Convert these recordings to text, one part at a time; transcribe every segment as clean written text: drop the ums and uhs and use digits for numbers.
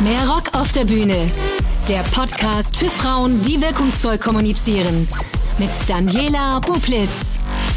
Mehr Rock auf der Bühne. Der Podcast für Frauen, die wirkungsvoll kommunizieren. Mit Daniela Bublitz.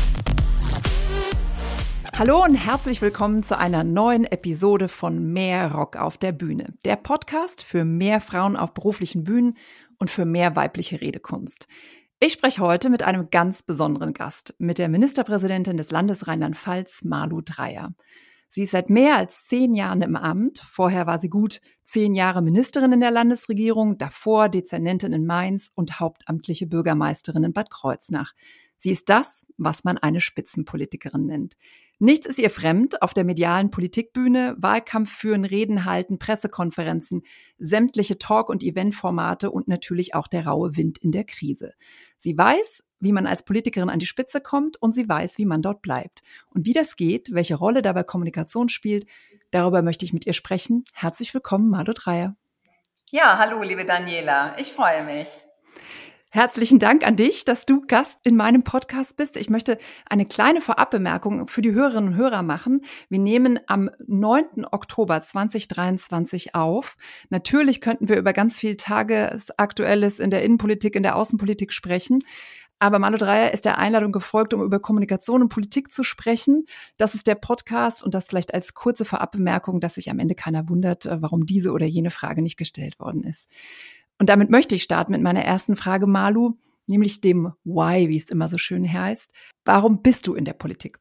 Hallo und herzlich willkommen zu einer neuen Episode von Mehr Rock auf der Bühne. Der Podcast für mehr Frauen auf beruflichen Bühnen und für mehr weibliche Redekunst. Ich spreche heute mit einem ganz besonderen Gast, mit der Ministerpräsidentin des Landes Rheinland-Pfalz, Malu Dreyer. Sie ist seit mehr als 10 Jahren im Amt. Vorher war sie gut 10 Jahre Ministerin in der Landesregierung, davor Dezernentin in Mainz und hauptamtliche Bürgermeisterin in Bad Kreuznach. Sie ist das, was man eine Spitzenpolitikerin nennt. Nichts ist ihr fremd auf der medialen Politikbühne, Wahlkampf führen, Reden halten, Pressekonferenzen, sämtliche Talk- und Eventformate und natürlich auch der raue Wind in der Krise. Sie weiß, wie man als Politikerin an die Spitze kommt und sie weiß, wie man dort bleibt. Und wie das geht, welche Rolle dabei Kommunikation spielt, darüber möchte ich mit ihr sprechen. Herzlich willkommen, Malu Dreyer. Ja, hallo, liebe Daniela. Ich freue mich. Herzlichen Dank an dich, dass du Gast in meinem Podcast bist. Ich möchte eine kleine Vorabbemerkung für die Hörerinnen und Hörer machen. Wir nehmen am 9. Oktober 2023 auf. Natürlich könnten wir über ganz viel Tagesaktuelles in der Innenpolitik, in der Außenpolitik sprechen. Aber Malu Dreyer ist der Einladung gefolgt, um über Kommunikation und Politik zu sprechen. Das ist der Podcast und das vielleicht als kurze Vorabbemerkung, dass sich am Ende keiner wundert, warum diese oder jene Frage nicht gestellt worden ist. Und damit möchte ich starten mit meiner ersten Frage, Malu, nämlich dem Why, wie es immer so schön heißt. Warum bist du in der Politik?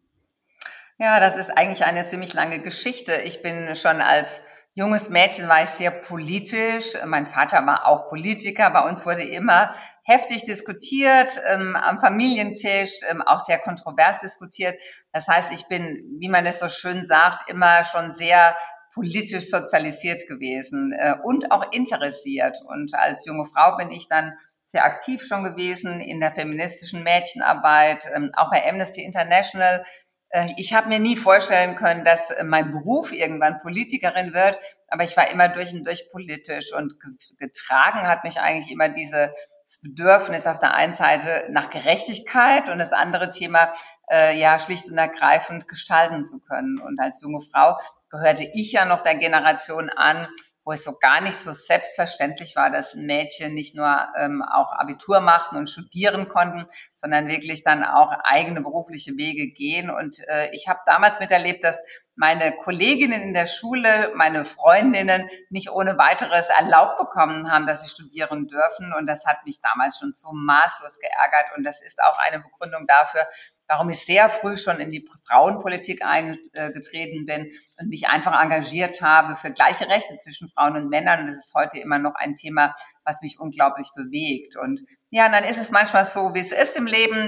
Ja, das ist eigentlich eine ziemlich lange Geschichte. Ich bin schon als junges Mädchen war ich sehr politisch. Mein Vater war auch Politiker. Bei uns wurde immer heftig diskutiert, am Familientisch, auch sehr kontrovers diskutiert. Das heißt, ich bin, wie man es so schön sagt, immer schon sehr politisch sozialisiert gewesen und auch interessiert. Und als junge Frau bin ich dann sehr aktiv schon gewesen in der feministischen Mädchenarbeit, auch bei Amnesty International. Ich habe mir nie vorstellen können, dass mein Beruf irgendwann Politikerin wird, aber ich war immer durch und durch politisch und getragen hat mich eigentlich immer dieses Bedürfnis auf der einen Seite nach Gerechtigkeit und das andere Thema, schlicht und ergreifend gestalten zu können. Und als junge Frau gehörte ich ja noch der Generation an, wo es so gar nicht so selbstverständlich war, dass Mädchen nicht nur auch Abitur machten und studieren konnten, sondern wirklich dann auch eigene berufliche Wege gehen. Und ich habe damals miterlebt, dass meine Kolleginnen in der Schule, meine Freundinnen nicht ohne weiteres erlaubt bekommen haben, dass sie studieren dürfen. Und das hat mich damals schon so maßlos geärgert. Und das ist auch eine Begründung dafür, warum ich sehr früh schon in die Frauenpolitik eingetreten bin und mich einfach engagiert habe für gleiche Rechte zwischen Frauen und Männern. Und das ist heute immer noch ein Thema, was mich unglaublich bewegt. Und ja, dann ist es manchmal so, wie es ist im Leben.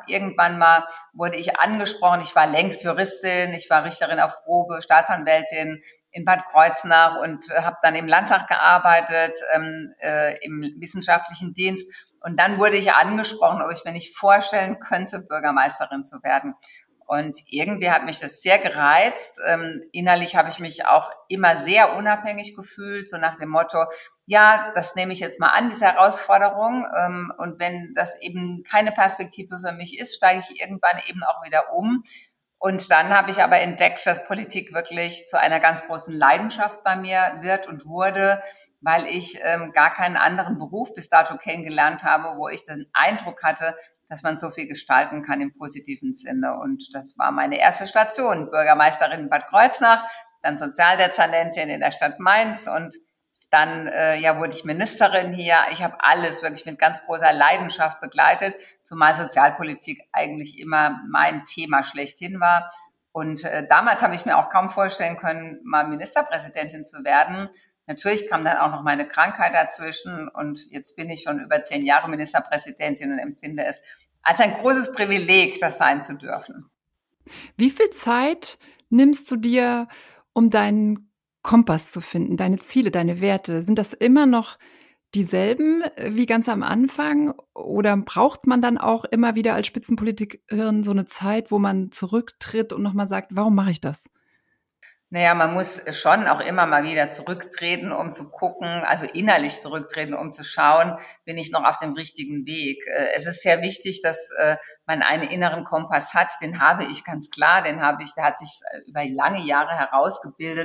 Wurde ich angesprochen, ich war längst Juristin, ich war Richterin auf Probe, Staatsanwältin in Bad Kreuznach und habe dann im Landtag gearbeitet, im wissenschaftlichen Dienst. Und dann wurde ich angesprochen, ob ich mir nicht vorstellen könnte, Bürgermeisterin zu werden. Und irgendwie hat mich das sehr gereizt. Innerlich habe ich mich auch immer sehr unabhängig gefühlt, so nach dem Motto, ja, das nehme ich jetzt mal an, diese Herausforderung. Und wenn das eben keine Perspektive für mich ist, steige ich irgendwann eben auch wieder um. Und dann habe ich aber entdeckt, dass Politik wirklich zu einer ganz großen Leidenschaft bei mir wird und wurde, weil ich gar keinen anderen Beruf bis dato kennengelernt habe, wo ich den Eindruck hatte, dass man so viel gestalten kann im positiven Sinne. Und das war meine erste Station, Bürgermeisterin in Bad Kreuznach, dann Sozialdezernentin in der Stadt Mainz und dann wurde ich Ministerin hier. Ich habe alles wirklich mit ganz großer Leidenschaft begleitet, zumal Sozialpolitik eigentlich immer mein Thema schlechthin war. Und damals habe ich mir auch kaum vorstellen können, mal Ministerpräsidentin zu werden. Natürlich kam dann auch noch meine Krankheit dazwischen und jetzt bin ich schon über 10 Jahre Ministerpräsidentin und empfinde es als ein großes Privileg, das sein zu dürfen. Wie viel Zeit nimmst du dir, um deinen Kompass zu finden, deine Ziele, deine Werte? Sind das immer noch dieselben wie ganz am Anfang oder braucht man dann auch immer wieder als Spitzenpolitikerin so eine Zeit, wo man zurücktritt und nochmal sagt, warum mache ich das? Naja, man muss schon auch immer mal wieder zurücktreten, um zu gucken, also innerlich zurücktreten, um zu schauen, bin ich noch auf dem richtigen Weg. Es ist sehr wichtig, dass man einen inneren Kompass hat. Den habe ich ganz klar, der hat sich über lange Jahre herausgebildet.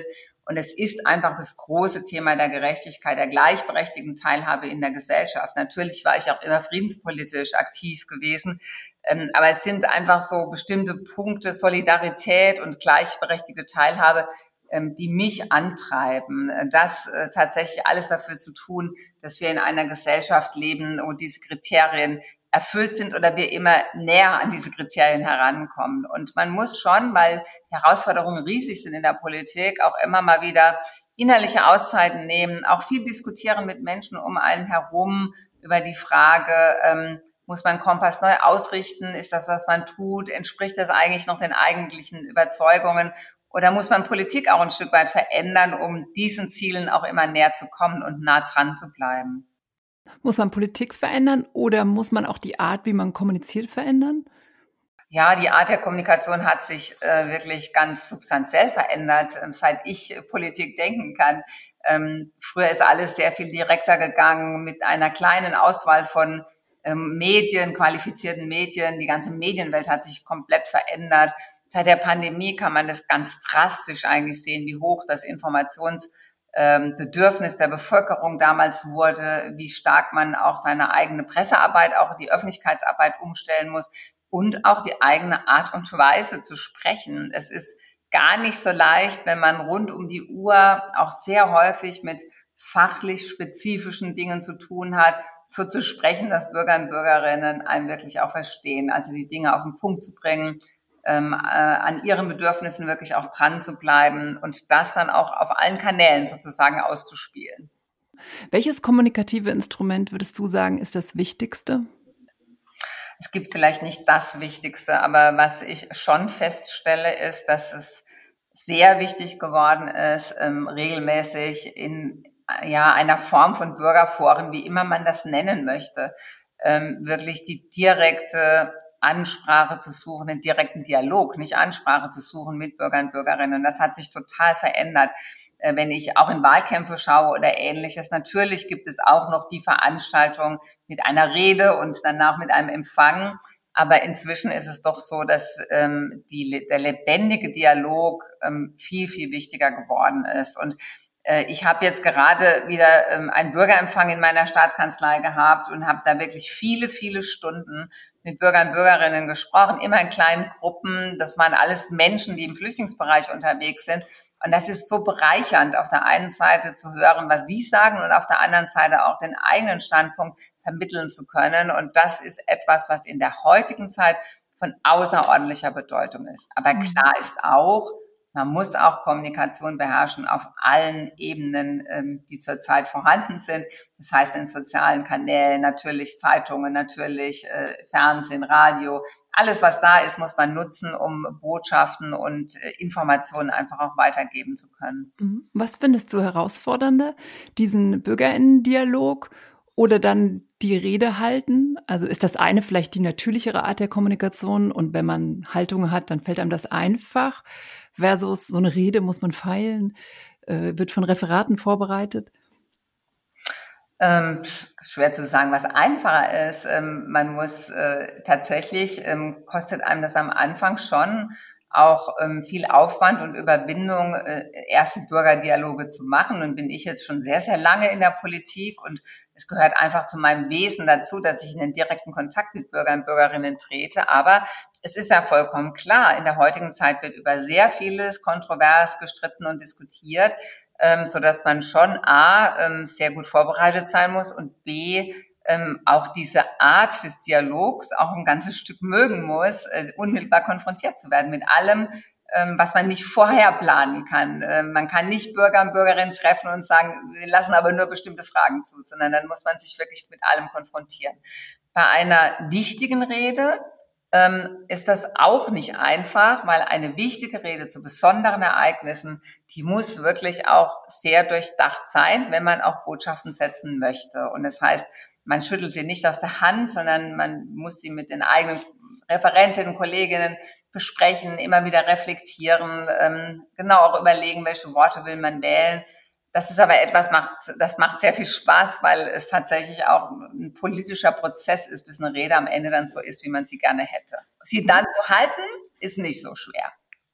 Und es ist einfach das große Thema der Gerechtigkeit, der gleichberechtigten Teilhabe in der Gesellschaft. Natürlich war ich auch immer friedenspolitisch aktiv gewesen, aber es sind einfach so bestimmte Punkte, Solidarität und gleichberechtigte Teilhabe, die mich antreiben, das tatsächlich alles dafür zu tun, dass wir in einer Gesellschaft leben, wo diese Kriterien erfüllt sind oder wir immer näher an diese Kriterien herankommen. Und man muss schon, weil Herausforderungen riesig sind in der Politik, auch immer mal wieder innerliche Auszeiten nehmen, auch viel diskutieren mit Menschen um einen herum über die Frage, muss man Kompass neu ausrichten? Ist das, was man tut? Entspricht das eigentlich noch den eigentlichen Überzeugungen? Oder muss man Politik auch ein Stück weit verändern, um diesen Zielen auch immer näher zu kommen und nah dran zu bleiben? Muss man Politik verändern oder muss man auch die Art, wie man kommuniziert, verändern? Ja, die Art der Kommunikation hat sich wirklich ganz substanziell verändert, seit ich Politik denken kann. Früher ist alles sehr viel direkter gegangen mit einer kleinen Auswahl von Medien, qualifizierten Medien. Die ganze Medienwelt hat sich komplett verändert. Seit der Pandemie kann man das ganz drastisch eigentlich sehen, wie hoch das Informationsbedürfnis der Bevölkerung damals wurde, wie stark man auch seine eigene Pressearbeit, auch die Öffentlichkeitsarbeit umstellen muss und auch die eigene Art und Weise zu sprechen. Es ist gar nicht so leicht, wenn man rund um die Uhr auch sehr häufig mit fachlich spezifischen Dingen zu tun hat, so zu sprechen, dass Bürger und Bürgerinnen einen wirklich auch verstehen, also die Dinge auf den Punkt zu bringen, an ihren Bedürfnissen wirklich auch dran zu bleiben und das dann auch auf allen Kanälen sozusagen auszuspielen. Welches kommunikative Instrument würdest du sagen, ist das Wichtigste? Es gibt vielleicht nicht das Wichtigste, aber was ich schon feststelle, ist, dass es sehr wichtig geworden ist, regelmäßig in einer Form von Bürgerforen, wie immer man das nennen möchte, wirklich die direkte Ansprache zu suchen, den direkten Dialog, nicht Ansprache zu suchen mit Bürgern und Bürgerinnen. Und das hat sich total verändert. Wenn ich auch in Wahlkämpfe schaue oder Ähnliches, natürlich gibt es auch noch die Veranstaltung mit einer Rede und danach mit einem Empfang. Aber inzwischen ist es doch so, dass der lebendige Dialog viel, viel wichtiger geworden ist. Und ich habe jetzt gerade wieder einen Bürgerempfang in meiner Staatskanzlei gehabt und habe da wirklich viele, viele Stunden mit Bürgern und Bürgerinnen gesprochen, immer in kleinen Gruppen. Das waren alles Menschen, die im Flüchtlingsbereich unterwegs sind. Und das ist so bereichernd, auf der einen Seite zu hören, was Sie sagen und auf der anderen Seite auch den eigenen Standpunkt vermitteln zu können. Und das ist etwas, was in der heutigen Zeit von außerordentlicher Bedeutung ist. Aber klar ist auch, man muss auch Kommunikation beherrschen auf allen Ebenen, die zurzeit vorhanden sind. Das heißt in sozialen Kanälen, natürlich Zeitungen, natürlich Fernsehen, Radio. Alles, was da ist, muss man nutzen, um Botschaften und Informationen einfach auch weitergeben zu können. Was findest du herausfordernder? Diesen BürgerInnen-Dialog oder dann die Rede halten? Also ist das eine vielleicht die natürlichere Art der Kommunikation und wenn man Haltungen hat, dann fällt einem das einfach? Versus so eine Rede muss man feilen, wird von Referaten vorbereitet? Schwer zu sagen, was einfacher ist. Man muss tatsächlich, kostet einem das am Anfang schon auch viel Aufwand und Überwindung, erste Bürgerdialoge zu machen. Und bin ich jetzt schon sehr, sehr lange in der Politik und es gehört einfach zu meinem Wesen dazu, dass ich in den direkten Kontakt mit Bürgern und Bürgerinnen trete. Aber es ist ja vollkommen klar, in der heutigen Zeit wird über sehr vieles kontrovers gestritten und diskutiert, so dass man schon A, sehr gut vorbereitet sein muss und B, auch diese Art des Dialogs auch ein ganzes Stück mögen muss, unmittelbar konfrontiert zu werden mit allem, was man nicht vorher planen kann. Man kann nicht Bürger und Bürgerinnen treffen und sagen, wir lassen aber nur bestimmte Fragen zu, sondern dann muss man sich wirklich mit allem konfrontieren. Bei einer wichtigen Rede ist das auch nicht einfach, weil eine wichtige Rede zu besonderen Ereignissen, die muss wirklich auch sehr durchdacht sein, wenn man auch Botschaften setzen möchte. Und das heißt, man schüttelt sie nicht aus der Hand, sondern man muss sie mit den eigenen Referentinnen, Kolleginnen besprechen, immer wieder reflektieren, genau auch überlegen, welche Worte will man wählen. Das ist aber etwas, das macht sehr viel Spaß, weil es tatsächlich auch ein politischer Prozess ist, bis eine Rede am Ende dann so ist, wie man sie gerne hätte. Sie dann zu halten, ist nicht so schwer.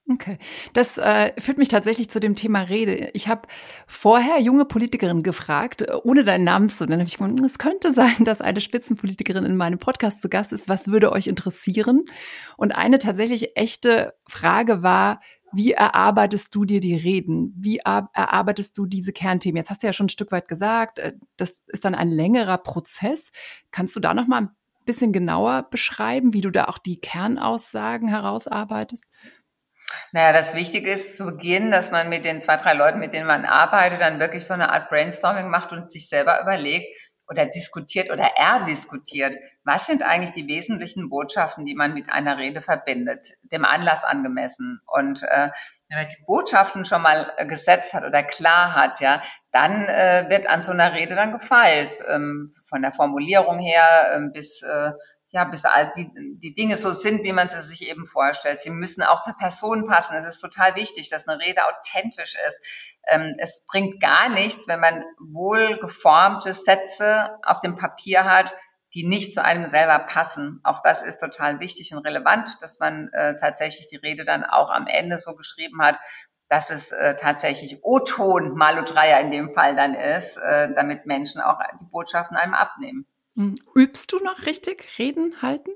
Okay, das führt mich tatsächlich zu dem Thema Rede. Ich habe vorher junge Politikerinnen gefragt, ohne deinen Namen zu nennen. Habe ich gemeint, es könnte sein, dass eine Spitzenpolitikerin in meinem Podcast zu Gast ist. Was würde euch interessieren? Und eine tatsächlich echte Frage war, wie erarbeitest du dir die Reden? Wie erarbeitest du diese Kernthemen? Jetzt hast du ja schon ein Stück weit gesagt, das ist dann ein längerer Prozess. Kannst du da noch mal ein bisschen genauer beschreiben, wie du da auch die Kernaussagen herausarbeitest? Naja, das Wichtige ist zu Beginn, dass man mit den 2, 3 Leuten, mit denen man arbeitet, dann wirklich so eine Art Brainstorming macht und sich selber überlegt oder diskutiert oder erdiskutiert, was sind eigentlich die wesentlichen Botschaften, die man mit einer Rede verbindet, dem Anlass angemessen. Und wenn man die Botschaften schon mal gesetzt hat oder klar hat, ja, dann wird an so einer Rede dann gefeilt, von der Formulierung her bis all die Dinge so sind, wie man sie sich eben vorstellt. Sie müssen auch zur Person passen. Es ist total wichtig, dass eine Rede authentisch ist. Es bringt gar nichts, wenn man wohlgeformte Sätze auf dem Papier hat, die nicht zu einem selber passen. Auch das ist total wichtig und relevant, dass man tatsächlich die Rede dann auch am Ende so geschrieben hat, dass es tatsächlich O-Ton mal Dreier in dem Fall dann ist, damit Menschen auch die Botschaften einem abnehmen. Übst du noch richtig Reden halten?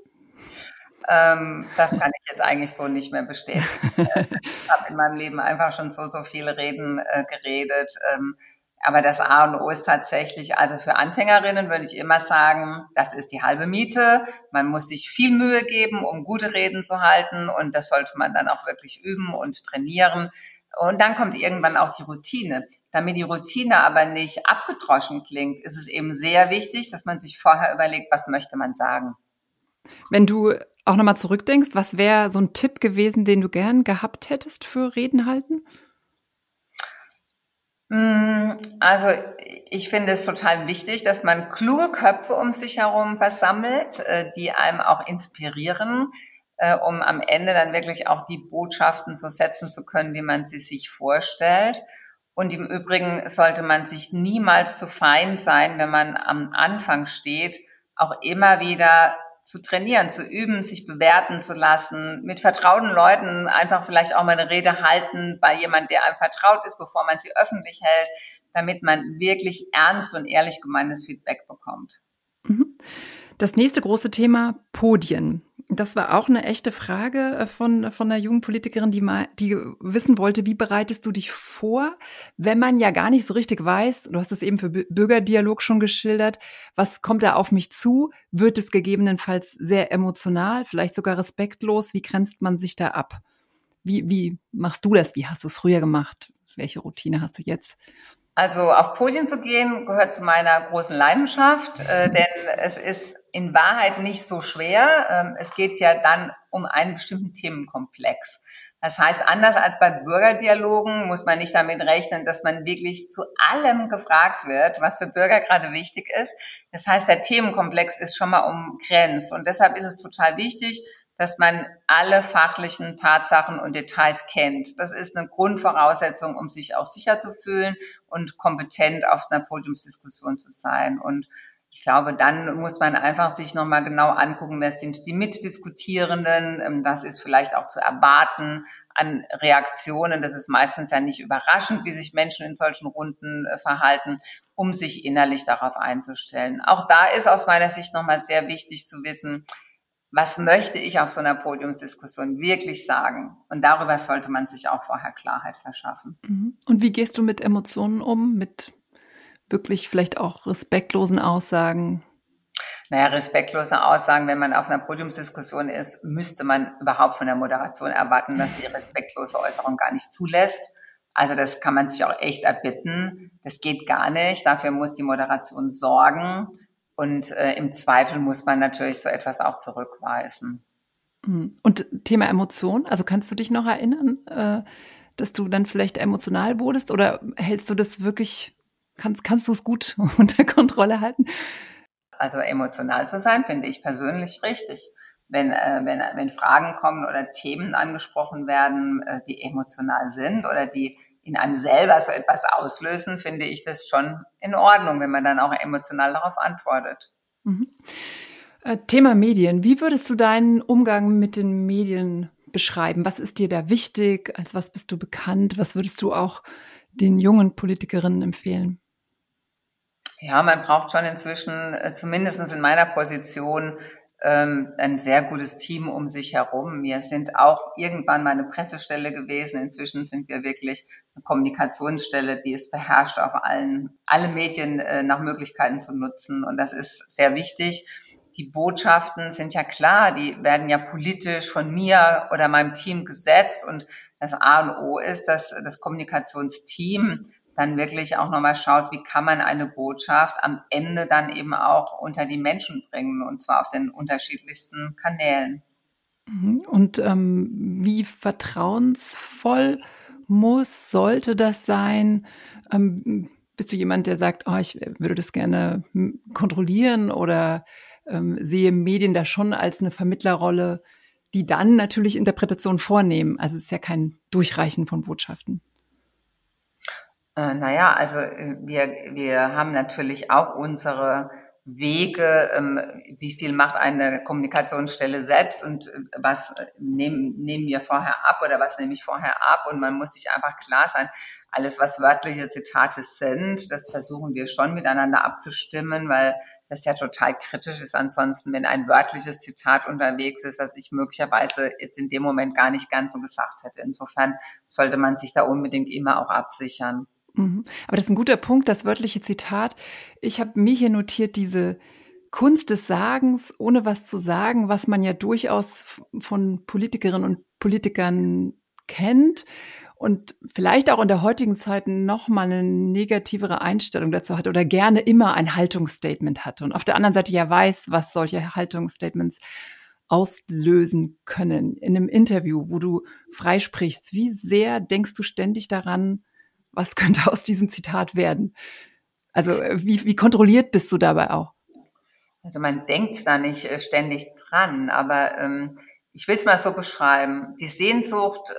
Das kann ich jetzt eigentlich so nicht mehr bestätigen. Ich habe in meinem Leben einfach schon so viele Reden geredet. Aber das A und O ist tatsächlich, also für Anfängerinnen würde ich immer sagen, das ist die halbe Miete. Man muss sich viel Mühe geben, um gute Reden zu halten. Und das sollte man dann auch wirklich üben und trainieren. Und dann kommt irgendwann auch die Routine. Damit die Routine aber nicht abgedroschen klingt, ist es eben sehr wichtig, dass man sich vorher überlegt, was möchte man sagen. Wenn du auch nochmal zurückdenkst, was wäre so ein Tipp gewesen, den du gern gehabt hättest für Reden halten? Also ich finde es total wichtig, dass man kluge Köpfe um sich herum versammelt, die einem auch inspirieren, um am Ende dann wirklich auch die Botschaften so setzen zu können, wie man sie sich vorstellt. Und im Übrigen sollte man sich niemals zu fein sein, wenn man am Anfang steht, auch immer wieder zu trainieren, zu üben, sich bewerten zu lassen, mit vertrauten Leuten einfach vielleicht auch mal eine Rede halten bei jemandem, der einem vertraut ist, bevor man sie öffentlich hält, damit man wirklich ernst und ehrlich gemeintes Feedback bekommt. Das nächste große Thema, Podien. Das war auch eine echte Frage von einer jungen Politikerin, die wissen wollte, wie bereitest du dich vor, wenn man ja gar nicht so richtig weiß, du hast es eben für Bürgerdialog schon geschildert, was kommt da auf mich zu? Wird es gegebenenfalls sehr emotional, vielleicht sogar respektlos? Wie grenzt man sich da ab? Wie machst du das? Wie hast du es früher gemacht? Welche Routine hast du jetzt? Also auf Podien zu gehen gehört zu meiner großen Leidenschaft, denn es ist in Wahrheit nicht so schwer. Es geht ja dann um einen bestimmten Themenkomplex. Das heißt, anders als bei Bürgerdialogen muss man nicht damit rechnen, dass man wirklich zu allem gefragt wird, was für Bürger gerade wichtig ist. Das heißt, der Themenkomplex ist schon mal umgrenzt und deshalb ist es total wichtig, dass man alle fachlichen Tatsachen und Details kennt. Das ist eine Grundvoraussetzung, um sich auch sicher zu fühlen und kompetent auf einer Podiumsdiskussion zu sein. Und ich glaube, dann muss man einfach sich nochmal genau angucken, wer sind die Mitdiskutierenden, was ist vielleicht auch zu erwarten an Reaktionen. Das ist meistens ja nicht überraschend, wie sich Menschen in solchen Runden verhalten, um sich innerlich darauf einzustellen. Auch da ist aus meiner Sicht nochmal sehr wichtig zu wissen, was möchte ich auf so einer Podiumsdiskussion wirklich sagen? Und darüber sollte man sich auch vorher Klarheit verschaffen. Und wie gehst du mit Emotionen um, mit wirklich vielleicht auch respektlosen Aussagen? Naja, respektlose Aussagen, wenn man auf einer Podiumsdiskussion ist, müsste man überhaupt von der Moderation erwarten, dass sie respektlose Äußerungen gar nicht zulässt. Also das kann man sich auch echt erbitten. Das geht gar nicht. Dafür muss die Moderation sorgen. Und im Zweifel muss man natürlich so etwas auch zurückweisen. Und Thema Emotion, also kannst du dich noch erinnern, dass du dann vielleicht emotional wurdest oder hältst du das wirklich, kannst du es gut unter Kontrolle halten? Also emotional zu sein, finde ich persönlich richtig. Wenn Fragen kommen oder Themen angesprochen werden, die emotional sind oder die in einem selber so etwas auslösen, finde ich das schon in Ordnung, wenn man dann auch emotional darauf antwortet. Thema Medien. Wie würdest du deinen Umgang mit den Medien beschreiben? Was ist dir da wichtig? Als was bist du bekannt? Was würdest du auch den jungen Politikerinnen empfehlen? Ja, man braucht schon inzwischen, zumindest in meiner Position, ein sehr gutes Team um sich herum. Wir sind auch irgendwann mal eine Pressestelle gewesen. Inzwischen sind wir wirklich eine Kommunikationsstelle, die es beherrscht, auf alle Medien nach Möglichkeiten zu nutzen. Und das ist sehr wichtig. Die Botschaften sind ja klar, die werden ja politisch von mir oder meinem Team gesetzt. Und das A und O ist, dass das Kommunikationsteam dann wirklich auch nochmal schaut, wie kann man eine Botschaft am Ende dann eben auch unter die Menschen bringen, und zwar auf den unterschiedlichsten Kanälen. Und wie vertrauensvoll sollte das sein? Bist du jemand, der sagt, ich würde das gerne kontrollieren, oder sehe Medien da schon als eine Vermittlerrolle, die dann natürlich Interpretationen vornehmen? Also es ist ja kein Durchreichen von Botschaften. Naja, also wir haben natürlich auch unsere Wege, wie viel macht eine Kommunikationsstelle selbst und was nehmen wir vorher ab oder was nehme ich vorher ab, und man muss sich einfach klar sein, alles, was wörtliche Zitate sind, das versuchen wir schon miteinander abzustimmen, weil das ja total kritisch ist ansonsten, wenn ein wörtliches Zitat unterwegs ist, das ich möglicherweise jetzt in dem Moment gar nicht ganz so gesagt hätte. Insofern sollte man sich da unbedingt immer auch absichern. Aber das ist ein guter Punkt, das wörtliche Zitat. Ich habe mir hier notiert, diese Kunst des Sagens, ohne was zu sagen, was man ja durchaus von Politikerinnen und Politikern kennt und vielleicht auch in der heutigen Zeit noch mal eine negativere Einstellung dazu hat oder gerne immer ein Haltungsstatement hat und auf der anderen Seite ja weiß, was solche Haltungsstatements auslösen können. In einem Interview, wo du freisprichst, wie sehr denkst du ständig daran, was könnte aus diesem Zitat werden? Also wie kontrolliert bist du dabei auch? Also man denkt da nicht ständig dran, aber ich will es mal so beschreiben. Die Sehnsucht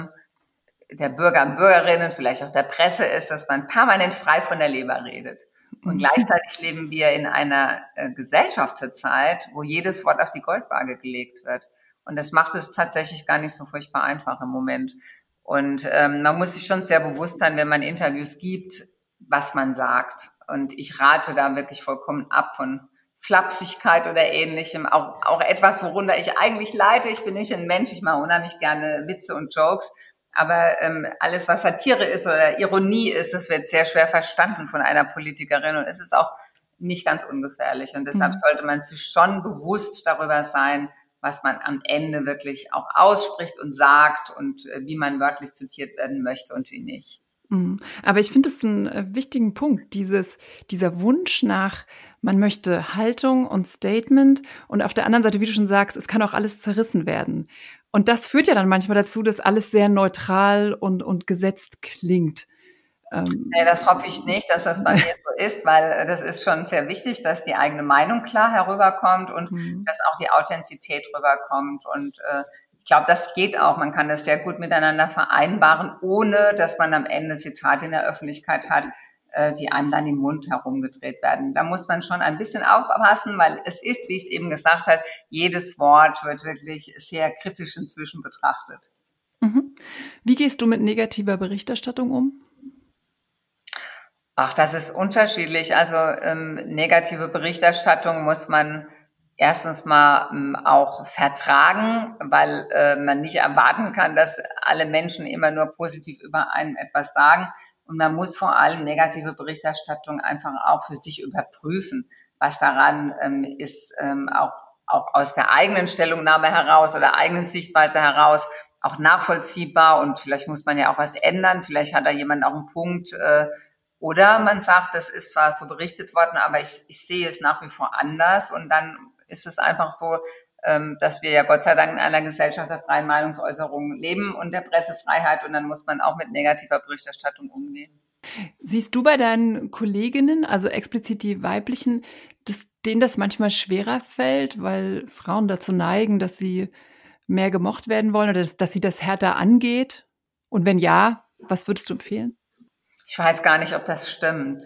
der Bürger und Bürgerinnen, vielleicht auch der Presse, ist, dass man permanent frei von der Leber redet. Und gleichzeitig leben wir in einer Gesellschaft zurzeit, wo jedes Wort auf die Goldwaage gelegt wird. Und das macht es tatsächlich gar nicht so furchtbar einfach im Moment. Und man muss sich schon sehr bewusst sein, wenn man Interviews gibt, was man sagt. Und ich rate da wirklich vollkommen ab von Flapsigkeit oder Ähnlichem. Auch etwas, worunter ich eigentlich leide. Ich bin nicht ein Mensch, ich mache unheimlich gerne Witze und Jokes. Aber alles, was Satire ist oder Ironie ist, das wird sehr schwer verstanden von einer Politikerin. Und es ist auch nicht ganz ungefährlich. Und deshalb sollte man sich schon bewusst darüber sein, was man am Ende wirklich auch ausspricht und sagt und wie man wörtlich zitiert werden möchte und wie nicht. Aber ich finde es einen wichtigen Punkt, dieser Wunsch nach, man möchte Haltung und Statement, und auf der anderen Seite, wie du schon sagst, es kann auch alles zerrissen werden. Und das führt ja dann manchmal dazu, dass alles sehr neutral und gesetzt klingt. Nee, das hoffe ich nicht, dass das bei mir so ist, weil das ist schon sehr wichtig, dass die eigene Meinung klar herüberkommt und dass auch die Authentizität rüberkommt. Und ich glaube, das geht auch. Man kann das sehr gut miteinander vereinbaren, ohne dass man am Ende Zitate in der Öffentlichkeit hat, die einem dann im Mund herumgedreht werden. Da muss man schon ein bisschen aufpassen, weil es ist, wie ich es eben gesagt habe, jedes Wort wird wirklich sehr kritisch inzwischen betrachtet. Wie gehst du mit negativer Berichterstattung um? Ach, das ist unterschiedlich. Also negative Berichterstattung muss man erstens mal auch vertragen, weil man nicht erwarten kann, dass alle Menschen immer nur positiv über einen etwas sagen. Und man muss vor allem negative Berichterstattung einfach auch für sich überprüfen, was daran ist, auch aus der eigenen Stellungnahme heraus oder eigenen Sichtweise heraus auch nachvollziehbar. Und vielleicht muss man ja auch was ändern. Vielleicht hat da jemand auch einen Punkt, oder man sagt, das ist zwar so berichtet worden, aber ich sehe es nach wie vor anders. Und dann ist es einfach so, dass wir ja Gott sei Dank in einer Gesellschaft der freien Meinungsäußerung leben und der Pressefreiheit. Und dann muss man auch mit negativer Berichterstattung umgehen. Siehst du bei deinen Kolleginnen, also explizit die weiblichen, denen das manchmal schwerer fällt, weil Frauen dazu neigen, dass sie mehr gemocht werden wollen oder dass sie das härter angeht? Und wenn ja, was würdest du empfehlen? Ich weiß gar nicht, ob das stimmt.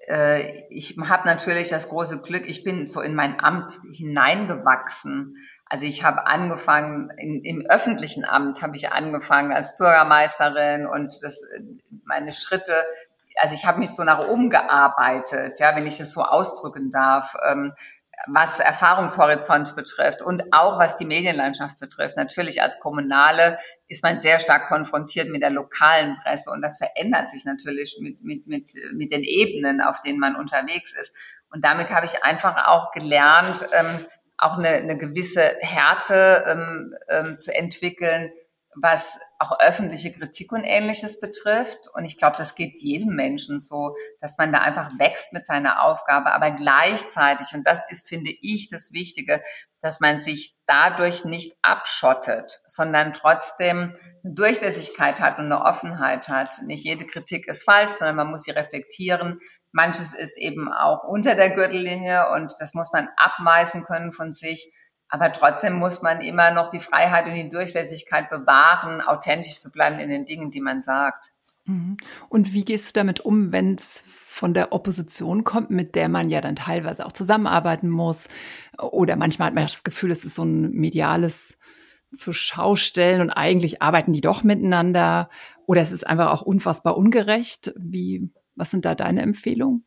Ich habe natürlich das große Glück, ich bin so in mein Amt hineingewachsen. Also ich habe angefangen, im öffentlichen Amt habe ich angefangen als Bürgermeisterin und meine Schritte, also ich habe mich so nach oben gearbeitet, ja, wenn ich das so ausdrücken darf, was Erfahrungshorizont betrifft und auch was die Medienlandschaft betrifft. Natürlich als Kommunale ist man sehr stark konfrontiert mit der lokalen Presse und das verändert sich natürlich mit den Ebenen, auf denen man unterwegs ist. Und damit habe ich einfach auch gelernt, auch eine gewisse Härte zu entwickeln, was auch öffentliche Kritik und Ähnliches betrifft. Und ich glaube, das geht jedem Menschen so, dass man da einfach wächst mit seiner Aufgabe, aber gleichzeitig, und das ist, finde ich, das Wichtige, dass man sich dadurch nicht abschottet, sondern trotzdem eine Durchlässigkeit hat und eine Offenheit hat. Nicht jede Kritik ist falsch, sondern man muss sie reflektieren. Manches ist eben auch unter der Gürtellinie und das muss man abmeißen können von sich. Aber trotzdem muss man immer noch die Freiheit und die Durchlässigkeit bewahren, authentisch zu bleiben in den Dingen, die man sagt. Und wie gehst du damit um, wenn es von der Opposition kommt, mit der man ja dann teilweise auch zusammenarbeiten muss? Oder manchmal hat man das Gefühl, es ist so ein mediales Zuschaustellen und eigentlich arbeiten die doch miteinander. Oder es ist einfach auch unfassbar ungerecht. Was sind da deine Empfehlungen?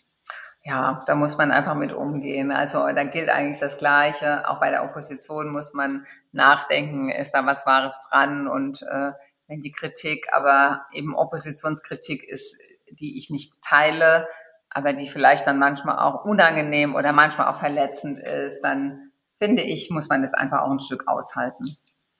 Ja, da muss man einfach mit umgehen. Also da gilt eigentlich das Gleiche. Auch bei der Opposition muss man nachdenken, ist da was Wahres dran? Und wenn die Kritik aber eben Oppositionskritik ist, die ich nicht teile, aber die vielleicht dann manchmal auch unangenehm oder manchmal auch verletzend ist, dann finde ich, muss man das einfach auch ein Stück aushalten.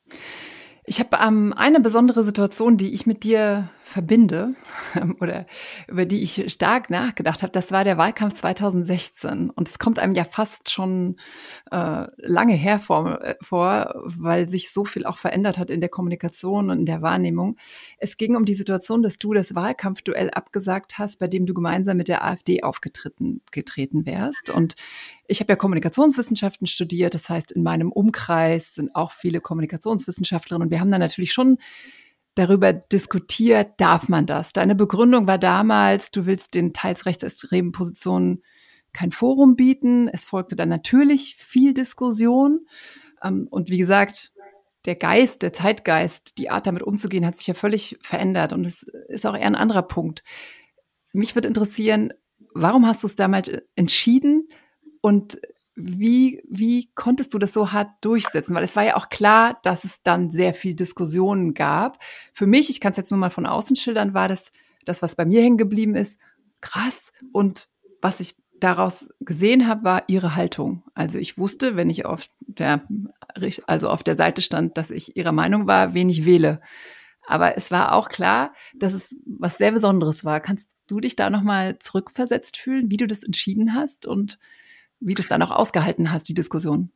Ich habe eine besondere Situation, die ich mit dir verbinde oder über die ich stark nachgedacht habe. Das war der Wahlkampf 2016 und es kommt einem ja fast schon lange her vor, weil sich so viel auch verändert hat in der Kommunikation und in der Wahrnehmung. Es ging um die Situation, dass du das Wahlkampfduell abgesagt hast, bei dem du gemeinsam mit der AfD getreten wärst. Und ich habe ja Kommunikationswissenschaften studiert, das heißt, in meinem Umkreis sind auch viele Kommunikationswissenschaftlerinnen und wir haben dann natürlich schon darüber diskutiert, darf man das? Deine Begründung war damals, du willst den teils rechtsextremen Positionen kein Forum bieten. Es folgte dann natürlich viel Diskussion. Und wie gesagt, der Zeitgeist, die Art damit umzugehen, hat sich ja völlig verändert. Und es ist auch eher ein anderer Punkt. Mich würde interessieren, warum hast du es damals entschieden? Und wie konntest du das so hart durchsetzen? Weil es war ja auch klar, dass es dann sehr viel Diskussionen gab. Für mich, ich kann es jetzt nur mal von außen schildern, war das, was bei mir hängen geblieben ist, krass. Und was ich daraus gesehen habe, war ihre Haltung. Also ich wusste, wenn ich auf der Seite stand, dass ich ihrer Meinung war, wen ich wähle. Aber es war auch klar, dass es was sehr Besonderes war. Kannst du dich da nochmal zurückversetzt fühlen, wie du das entschieden hast und wie du es dann auch ausgehalten hast, die Diskussion?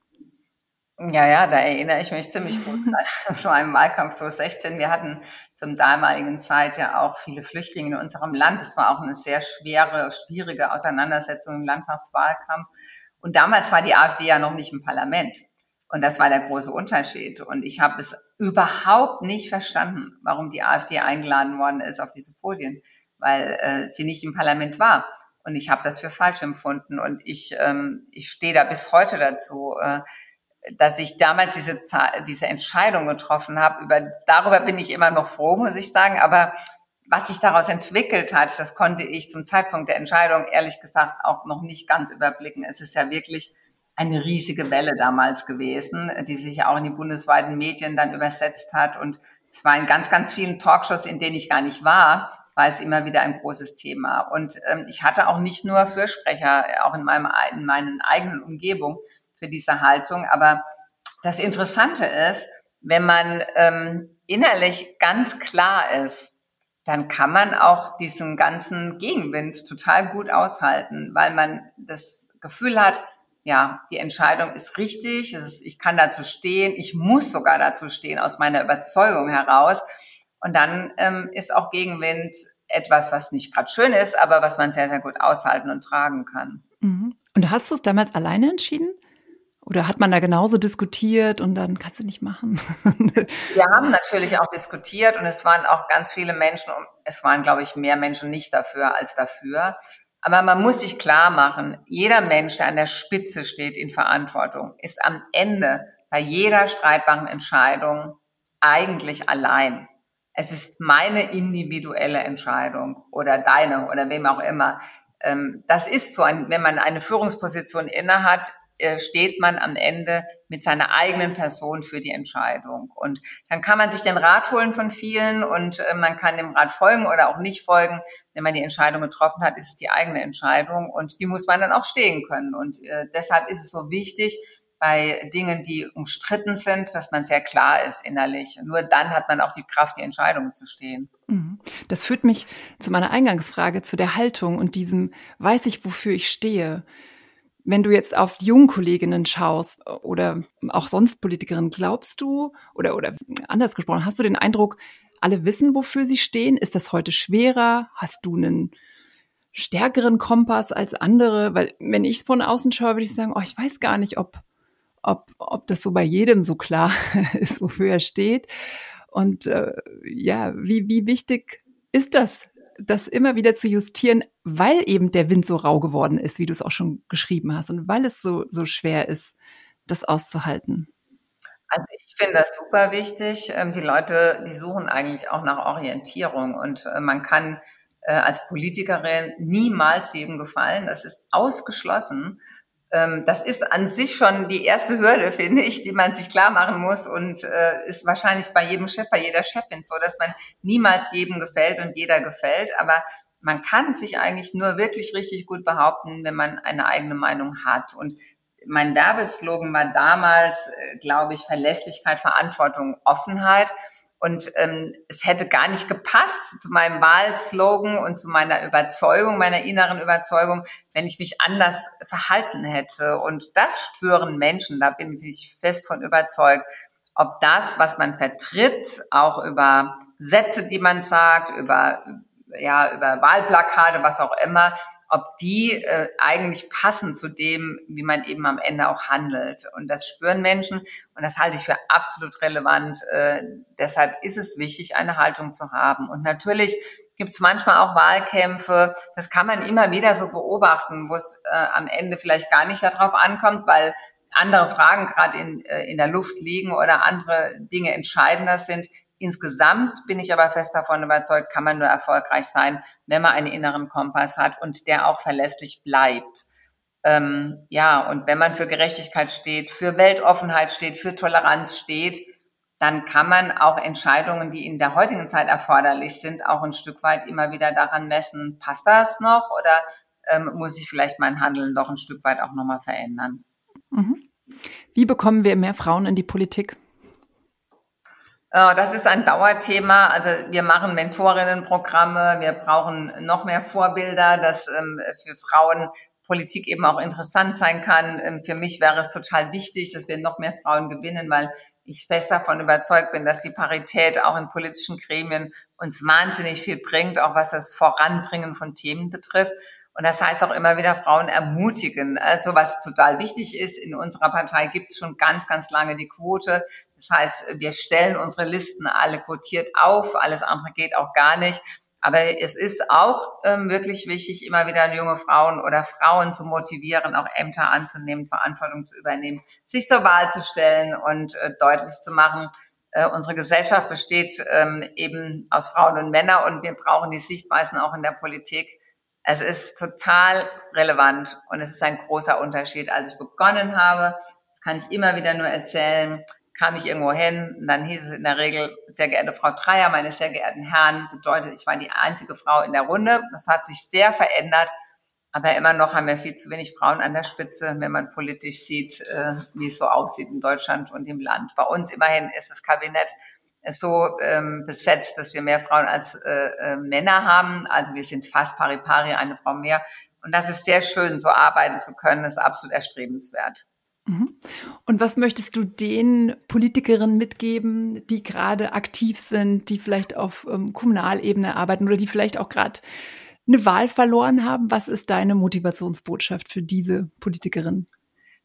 Ja, da erinnere ich mich ziemlich gut an so einen Wahlkampf 2016. Wir hatten zum damaligen Zeit ja auch viele Flüchtlinge in unserem Land. Es war auch eine sehr schwierige Auseinandersetzung im Landtagswahlkampf. Und damals war die AfD ja noch nicht im Parlament. Und das war der große Unterschied. Und ich habe es überhaupt nicht verstanden, warum die AfD eingeladen worden ist auf diese Podien, weil sie nicht im Parlament war. Und ich habe das für falsch empfunden. Und ich stehe da bis heute dazu, dass ich damals diese Entscheidung getroffen habe. Darüber bin ich immer noch froh, muss ich sagen. Aber was sich daraus entwickelt hat, das konnte ich zum Zeitpunkt der Entscheidung ehrlich gesagt auch noch nicht ganz überblicken. Es ist ja wirklich eine riesige Welle damals gewesen, die sich auch in die bundesweiten Medien dann übersetzt hat. Und es war in ganz, ganz vielen Talkshows, in denen ich gar nicht war es immer wieder ein großes Thema. Und ich hatte auch nicht nur Fürsprecher, auch in meinen eigenen Umgebung für diese Haltung. Aber das Interessante ist, wenn man innerlich ganz klar ist, dann kann man auch diesen ganzen Gegenwind total gut aushalten, weil man das Gefühl hat, ja, die Entscheidung ist richtig, ich kann dazu stehen, ich muss sogar dazu stehen, aus meiner Überzeugung heraus. Und dann ist auch Gegenwind etwas, was nicht gerade schön ist, aber was man sehr, sehr gut aushalten und tragen kann. Mhm. Und hast du es damals alleine entschieden? Oder hat man da genauso diskutiert und dann kannst du nicht machen? Wir haben natürlich auch diskutiert und es waren auch ganz viele Menschen, es waren, glaube ich, mehr Menschen nicht dafür als dafür. Aber man muss sich klar machen, jeder Mensch, der an der Spitze steht in Verantwortung, ist am Ende bei jeder streitbaren Entscheidung eigentlich allein. Es ist meine individuelle Entscheidung oder deine oder wem auch immer. Das ist so, wenn man eine Führungsposition innehat, steht man am Ende mit seiner eigenen Person für die Entscheidung. Und dann kann man sich den Rat holen von vielen und man kann dem Rat folgen oder auch nicht folgen. Wenn man die Entscheidung getroffen hat, ist es die eigene Entscheidung und die muss man dann auch stehen können. Und deshalb ist es so wichtig, bei Dingen, die umstritten sind, dass man sehr klar ist innerlich. Nur dann hat man auch die Kraft, die Entscheidungen zu stehen. Das führt mich zu meiner Eingangsfrage, zu der Haltung und diesem, weiß ich, wofür ich stehe. Wenn du jetzt auf die jungen Kolleginnen schaust oder auch sonst Politikerinnen, glaubst du, oder anders gesprochen, hast du den Eindruck, alle wissen, wofür sie stehen? Ist das heute schwerer? Hast du einen stärkeren Kompass als andere? Weil wenn ich es von außen schaue, würde ich sagen, ich weiß gar nicht, ob das so bei jedem so klar ist, wofür er steht. Und wie wichtig ist das immer wieder zu justieren, weil eben der Wind so rau geworden ist, wie du es auch schon geschrieben hast, und weil es so schwer ist, das auszuhalten? Also ich finde das super wichtig. Die Leute, die suchen eigentlich auch nach Orientierung und man kann als Politikerin niemals jedem gefallen. Das ist ausgeschlossen. Das ist an sich schon die erste Hürde, finde ich, die man sich klar machen muss und ist wahrscheinlich bei jedem Chef, bei jeder Chefin so, dass man niemals jedem gefällt und jeder gefällt. Aber man kann sich eigentlich nur wirklich richtig gut behaupten, wenn man eine eigene Meinung hat. Und mein Werbeslogan war damals, glaube ich, Verlässlichkeit, Verantwortung, Offenheit. Und es hätte gar nicht gepasst zu meinem Wahlslogan und zu meiner Überzeugung, meiner inneren Überzeugung, wenn ich mich anders verhalten hätte. Und das spüren Menschen, da bin ich fest von überzeugt. Ob das, was man vertritt, auch über Sätze, die man sagt, über Wahlplakate, was auch immer, ob die eigentlich passen zu dem, wie man eben am Ende auch handelt. Und das spüren Menschen und das halte ich für absolut relevant. Deshalb ist es wichtig, eine Haltung zu haben. Und natürlich gibt es manchmal auch Wahlkämpfe, das kann man immer wieder so beobachten, wo es am Ende vielleicht gar nicht darauf ankommt, weil andere Fragen gerade in der Luft liegen oder andere Dinge entscheidender sind. Insgesamt bin ich aber fest davon überzeugt, kann man nur erfolgreich sein, wenn man einen inneren Kompass hat und der auch verlässlich bleibt. Und wenn man für Gerechtigkeit steht, für Weltoffenheit steht, für Toleranz steht, dann kann man auch Entscheidungen, die in der heutigen Zeit erforderlich sind, auch ein Stück weit immer wieder daran messen, passt das noch oder muss ich vielleicht mein Handeln doch ein Stück weit auch nochmal verändern. Wie bekommen wir mehr Frauen in die Politik? Das ist ein Dauerthema. Also wir machen Mentorinnenprogramme. Wir brauchen noch mehr Vorbilder, dass für Frauen Politik eben auch interessant sein kann. Für mich wäre es total wichtig, dass wir noch mehr Frauen gewinnen, weil ich fest davon überzeugt bin, dass die Parität auch in politischen Gremien uns wahnsinnig viel bringt, auch was das Voranbringen von Themen betrifft. Und das heißt auch immer wieder Frauen ermutigen. Also was total wichtig ist, in unserer Partei gibt es schon ganz, ganz lange die Quote. Das heißt, wir stellen unsere Listen alle quotiert auf. Alles andere geht auch gar nicht. Aber es ist auch wirklich wichtig, immer wieder junge Frauen oder Frauen zu motivieren, auch Ämter anzunehmen, Verantwortung zu übernehmen, sich zur Wahl zu stellen und deutlich zu machen, unsere Gesellschaft besteht eben aus Frauen und Männern und wir brauchen die Sichtweisen auch in der Politik. Es ist total relevant und es ist ein großer Unterschied. Als ich begonnen habe, das kann ich immer wieder nur erzählen, kam ich irgendwo hin und dann hieß es in der Regel, sehr geehrte Frau Dreyer, meine sehr geehrten Herren, bedeutet, ich war die einzige Frau in der Runde. Das hat sich sehr verändert, aber immer noch haben wir viel zu wenig Frauen an der Spitze, wenn man politisch sieht, wie es so aussieht in Deutschland und im Land. Bei uns immerhin ist das Kabinett so besetzt, dass wir mehr Frauen als Männer haben. Also wir sind fast pari pari, eine Frau mehr. Und das ist sehr schön, so arbeiten zu können. Das ist absolut erstrebenswert. Und was möchtest du den Politikerinnen mitgeben, die gerade aktiv sind, die vielleicht auf Kommunalebene arbeiten oder die vielleicht auch gerade eine Wahl verloren haben? Was ist deine Motivationsbotschaft für diese Politikerinnen?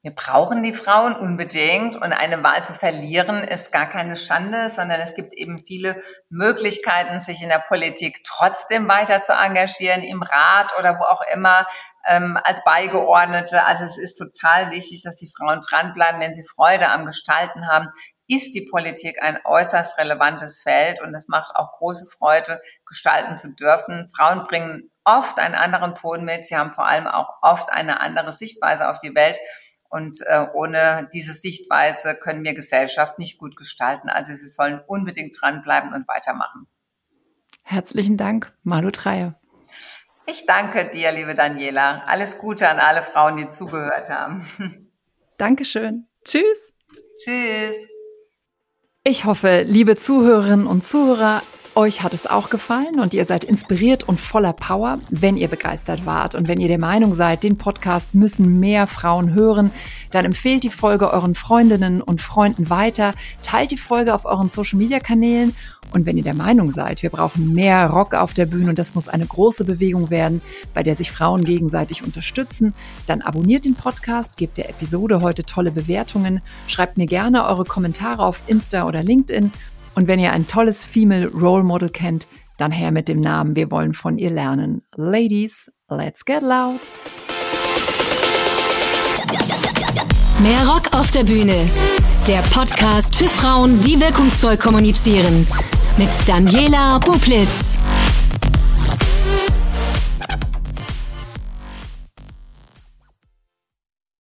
Wir brauchen die Frauen unbedingt und eine Wahl zu verlieren ist gar keine Schande, sondern es gibt eben viele Möglichkeiten, sich in der Politik trotzdem weiter zu engagieren, im Rat oder wo auch immer, als Beigeordnete. Also es ist total wichtig, dass die Frauen dranbleiben, wenn sie Freude am Gestalten haben. Ist die Politik ein äußerst relevantes Feld und es macht auch große Freude, gestalten zu dürfen. Frauen bringen oft einen anderen Ton mit, sie haben vor allem auch oft eine andere Sichtweise auf die Welt. Und ohne diese Sichtweise können wir Gesellschaft nicht gut gestalten. Also sie sollen unbedingt dranbleiben und weitermachen. Herzlichen Dank, Malu Dreyer. Ich danke dir, liebe Daniela. Alles Gute an alle Frauen, die zugehört haben. Dankeschön. Tschüss. Tschüss. Ich hoffe, liebe Zuhörerinnen und Zuhörer, euch hat es auch gefallen und ihr seid inspiriert und voller Power, wenn ihr begeistert wart. Und wenn ihr der Meinung seid, den Podcast müssen mehr Frauen hören, dann empfehlt die Folge euren Freundinnen und Freunden weiter, teilt die Folge auf euren Social-Media-Kanälen. Und wenn ihr der Meinung seid, wir brauchen mehr Rock auf der Bühne und das muss eine große Bewegung werden, bei der sich Frauen gegenseitig unterstützen, dann abonniert den Podcast, gebt der Episode heute tolle Bewertungen, schreibt mir gerne eure Kommentare auf Insta oder LinkedIn. Und wenn ihr ein tolles Female Role Model kennt, dann her mit dem Namen, wir wollen von ihr lernen. Ladies, let's get loud. Mehr Rock auf der Bühne. Der Podcast für Frauen, die wirkungsvoll kommunizieren. Mit Daniela Bublitz.